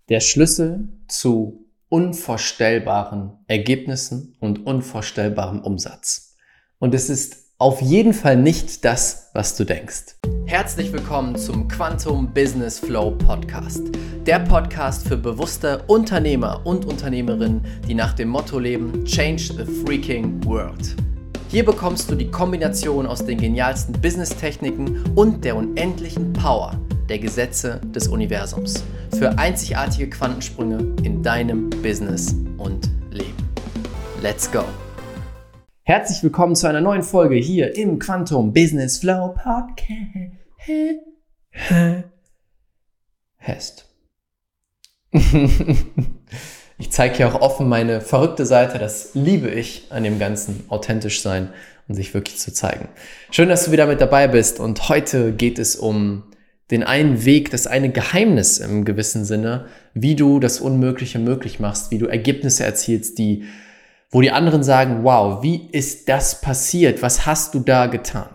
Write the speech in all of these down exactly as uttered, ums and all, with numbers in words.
Der Schlüssel zu unvorstellbaren Ergebnissen und unvorstellbarem Umsatz. Und es ist auf jeden Fall nicht das, was du denkst. Herzlich willkommen zum Quantum Business Flow Podcast. Der Podcast für bewusste Unternehmer und Unternehmerinnen, die nach dem Motto leben: Change the freaking world. Hier bekommst du die Kombination aus den genialsten Business-Techniken und der unendlichen Power der Gesetze des Universums für einzigartige Quantensprünge in deinem Business und Leben. Let's go! Herzlich willkommen zu einer neuen Folge hier im Quantum Business Flow Podcast. Ich zeige hier auch offen meine verrückte Seite, das liebe ich an dem Ganzen, authentisch sein und sich wirklich zu zeigen. Schön, dass du wieder mit dabei bist, und heute geht es um den einen Weg, das eine Geheimnis im gewissen Sinne, wie du das Unmögliche möglich machst, wie du Ergebnisse erzielst, die, wo die anderen sagen: Wow, wie ist das passiert? Was hast du da getan?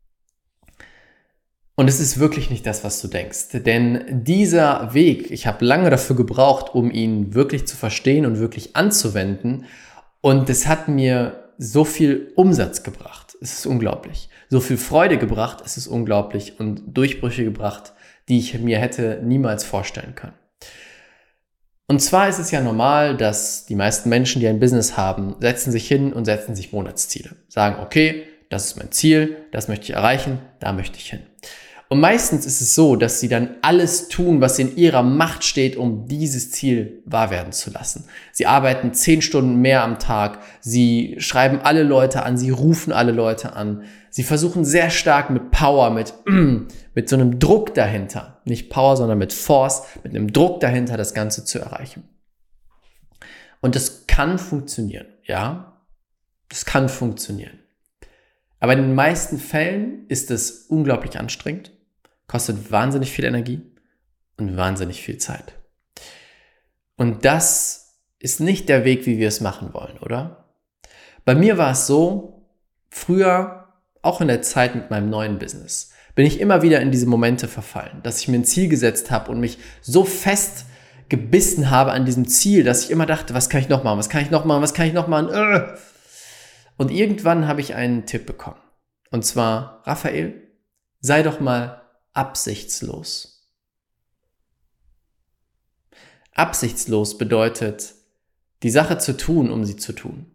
Und es ist wirklich nicht das, was du denkst. Denn dieser Weg, ich habe lange dafür gebraucht, um ihn wirklich zu verstehen und wirklich anzuwenden. Und es hat mir so viel Umsatz gebracht. Es ist unglaublich. So viel Freude gebracht. Es ist unglaublich. Und Durchbrüche gebracht, die ich mir hätte niemals vorstellen können. Und zwar ist es ja normal, dass die meisten Menschen, die ein Business haben, setzen sich hin und setzen sich Monatsziele. Sagen: Okay, das ist mein Ziel, das möchte ich erreichen, da möchte ich hin. Und meistens ist es so, dass sie dann alles tun, was in ihrer Macht steht, um dieses Ziel wahr werden zu lassen. Sie arbeiten zehn Stunden mehr am Tag, sie schreiben alle Leute an, sie rufen alle Leute an. Sie versuchen sehr stark mit Power, mit, mit so einem Druck dahinter, nicht Power, sondern mit Force, mit einem Druck dahinter, das Ganze zu erreichen. Und das kann funktionieren, ja, das kann funktionieren. Aber in den meisten Fällen ist es unglaublich anstrengend, kostet wahnsinnig viel Energie und wahnsinnig viel Zeit. Und das ist nicht der Weg, wie wir es machen wollen, oder? Bei mir war es so, früher, auch in der Zeit mit meinem neuen Business, bin ich immer wieder in diese Momente verfallen, dass ich mir ein Ziel gesetzt habe und mich so fest gebissen habe an diesem Ziel, dass ich immer dachte: Was kann ich noch machen, was kann ich noch machen, was kann ich noch machen? Äh. Und irgendwann habe ich einen Tipp bekommen. Und zwar: Raphael, sei doch mal absichtslos. Absichtslos bedeutet, die Sache zu tun, um sie zu tun.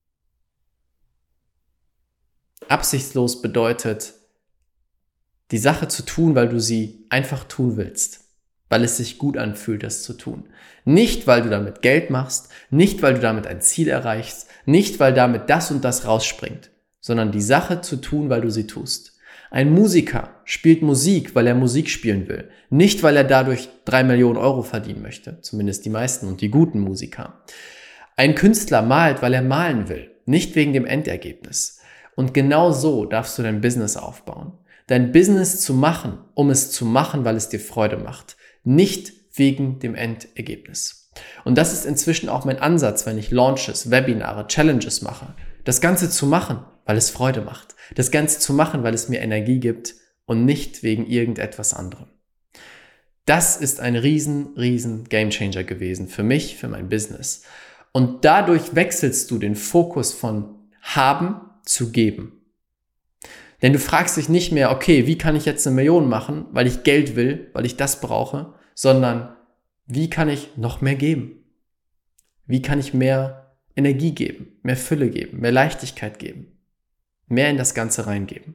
Absichtslos bedeutet, die Sache zu tun, weil du sie einfach tun willst. Weil es sich gut anfühlt, das zu tun. Nicht, weil du damit Geld machst, nicht, weil du damit ein Ziel erreichst, nicht, weil damit das und das rausspringt, sondern die Sache zu tun, weil du sie tust. Ein Musiker spielt Musik, weil er Musik spielen will, nicht, weil er dadurch drei Millionen Euro verdienen möchte, zumindest die meisten und die guten Musiker. Ein Künstler malt, weil er malen will, nicht wegen dem Endergebnis. Und genau so darfst du dein Business aufbauen. Dein Business zu machen, um es zu machen, weil es dir Freude macht. Nicht wegen dem Endergebnis. Und das ist inzwischen auch mein Ansatz, wenn ich Launches, Webinare, Challenges mache. Das Ganze zu machen, weil es Freude macht. Das Ganze zu machen, weil es mir Energie gibt und nicht wegen irgendetwas anderem. Das ist ein riesen, riesen Gamechanger gewesen für mich, für mein Business. Und dadurch wechselst du den Fokus von haben zu geben. Denn du fragst dich nicht mehr: Okay, wie kann ich jetzt eine Million machen, weil ich Geld will, weil ich das brauche, sondern wie kann ich noch mehr geben? Wie kann ich mehr Energie geben, mehr Fülle geben, mehr Leichtigkeit geben, mehr in das Ganze reingeben?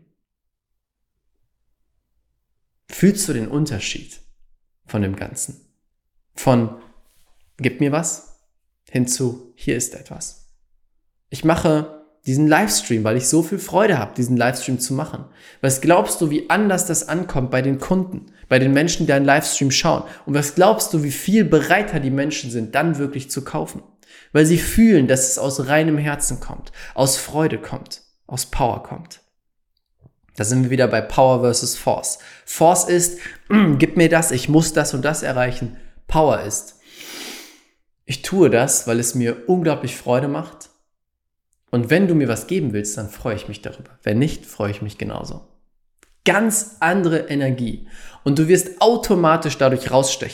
Fühlst du den Unterschied von dem Ganzen? Von gib mir was hin zu hier ist etwas. Ich mache diesen Livestream, weil ich so viel Freude habe, diesen Livestream zu machen. Was glaubst du, wie anders das ankommt bei den Kunden, bei den Menschen, die einen Livestream schauen? Und was glaubst du, wie viel bereiter die Menschen sind, dann wirklich zu kaufen? Weil sie fühlen, dass es aus reinem Herzen kommt, aus Freude kommt, aus Power kommt. Da sind wir wieder bei Power versus Force. Force ist: Gib mir das, ich muss das und das erreichen. Power ist: Ich tue das, weil es mir unglaublich Freude macht. Und wenn du mir was geben willst, dann freue ich mich darüber. Wenn nicht, freue ich mich genauso. Ganz andere Energie. Und du wirst automatisch dadurch rausstechen.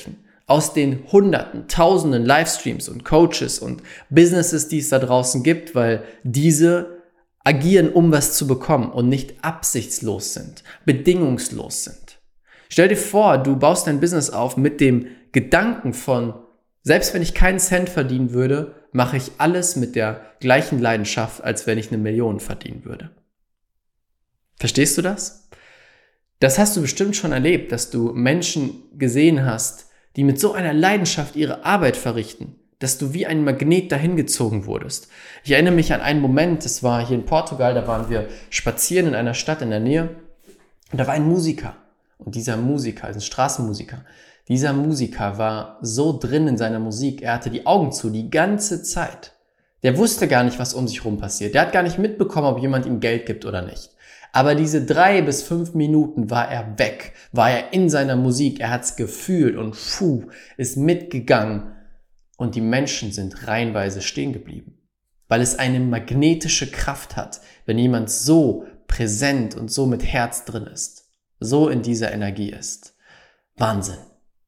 aus den Hunderten, Tausenden Livestreams und Coaches und Businesses, die es da draußen gibt, weil diese agieren, um was zu bekommen und nicht absichtslos sind, bedingungslos sind. Stell dir vor, du baust dein Business auf mit dem Gedanken von, selbst wenn ich keinen Cent verdienen würde, mache ich alles mit der gleichen Leidenschaft, als wenn ich eine Million verdienen würde. Verstehst du das? Das hast du bestimmt schon erlebt, dass du Menschen gesehen hast, die mit so einer Leidenschaft ihre Arbeit verrichten, dass du wie ein Magnet dahin gezogen wurdest. Ich erinnere mich an einen Moment, das war hier in Portugal, da waren wir spazieren in einer Stadt in der Nähe und da war ein Musiker. Und dieser Musiker, ein Straßenmusiker, dieser Musiker war so drin in seiner Musik, er hatte die Augen zu die ganze Zeit. Der wusste gar nicht, was um sich herum passiert. Der hat gar nicht mitbekommen, ob jemand ihm Geld gibt oder nicht. Aber diese drei bis fünf Minuten war er weg, war er in seiner Musik, er hat's gefühlt und puh, ist mitgegangen. Und die Menschen sind reihenweise stehen geblieben, weil es eine magnetische Kraft hat, wenn jemand so präsent und so mit Herz drin ist, so in dieser Energie ist. Wahnsinn.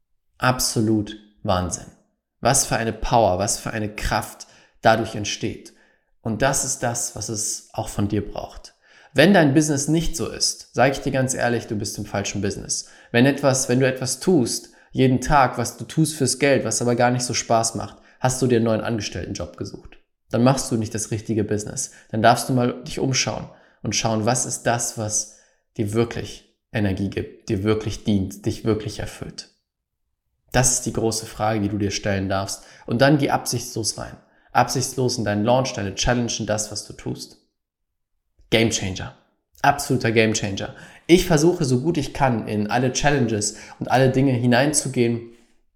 Absolut Wahnsinn. Was für eine Power, was für eine Kraft dadurch entsteht. Und das ist das, was es auch von dir braucht. Wenn dein Business nicht so ist, sage ich dir ganz ehrlich, du bist im falschen Business. Wenn etwas, wenn du etwas tust, jeden Tag, was du tust fürs Geld, was aber gar nicht so Spaß macht, hast du dir einen neuen Angestelltenjob gesucht. Dann machst du nicht das richtige Business. Dann darfst du mal dich umschauen und schauen, was ist das, was dir wirklich Energie gibt, dir wirklich dient, dich wirklich erfüllt. Das ist die große Frage, die du dir stellen darfst. Und dann geh absichtslos rein. Absichtslos in deinen Launch, deine Challenge, in das, was du tust. Game Changer. Absoluter Game Changer. Ich versuche, so gut ich kann, in alle Challenges und alle Dinge hineinzugehen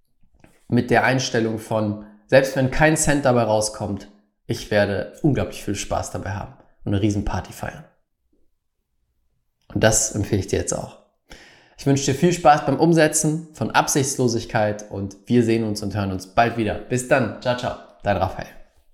mit der Einstellung von, selbst wenn kein Cent dabei rauskommt, ich werde unglaublich viel Spaß dabei haben und eine riesen Party feiern. Und das empfehle ich dir jetzt auch. Ich wünsche dir viel Spaß beim Umsetzen von Absichtslosigkeit und wir sehen uns und hören uns bald wieder. Bis dann. Ciao, ciao. Dein Raphael.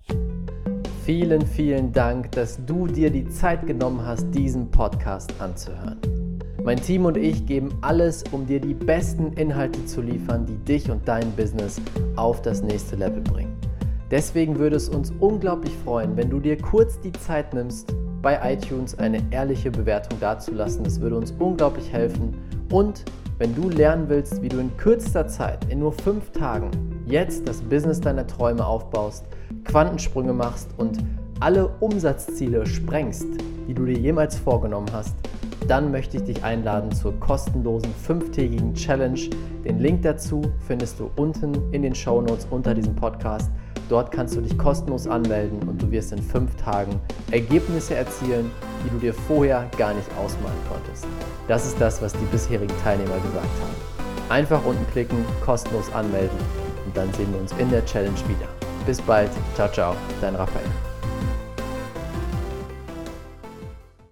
Vielen, vielen Dank, dass du dir die Zeit genommen hast, diesen Podcast anzuhören. Mein Team und ich geben alles, um dir die besten Inhalte zu liefern, die dich und dein Business auf das nächste Level bringen. Deswegen würde es uns unglaublich freuen, wenn du dir kurz die Zeit nimmst, bei iTunes eine ehrliche Bewertung dazulassen. Das würde uns unglaublich helfen. Und wenn du lernen willst, wie du in kürzester Zeit, in nur fünf Tagen, jetzt das Business deiner Träume aufbaust, Quantensprünge machst und alle Umsatzziele sprengst, die du dir jemals vorgenommen hast, dann möchte ich dich einladen zur kostenlosen fünftägigen Challenge. Den Link dazu findest du unten in den Shownotes unter diesem Podcast. Dort kannst du dich kostenlos anmelden und du wirst in fünf Tagen Ergebnisse erzielen, die du dir vorher gar nicht ausmalen konntest. Das ist das, was die bisherigen Teilnehmer gesagt haben. Einfach unten klicken, kostenlos anmelden und dann sehen wir uns in der Challenge wieder. Bis bald. Ciao, ciao. Dein Raphael.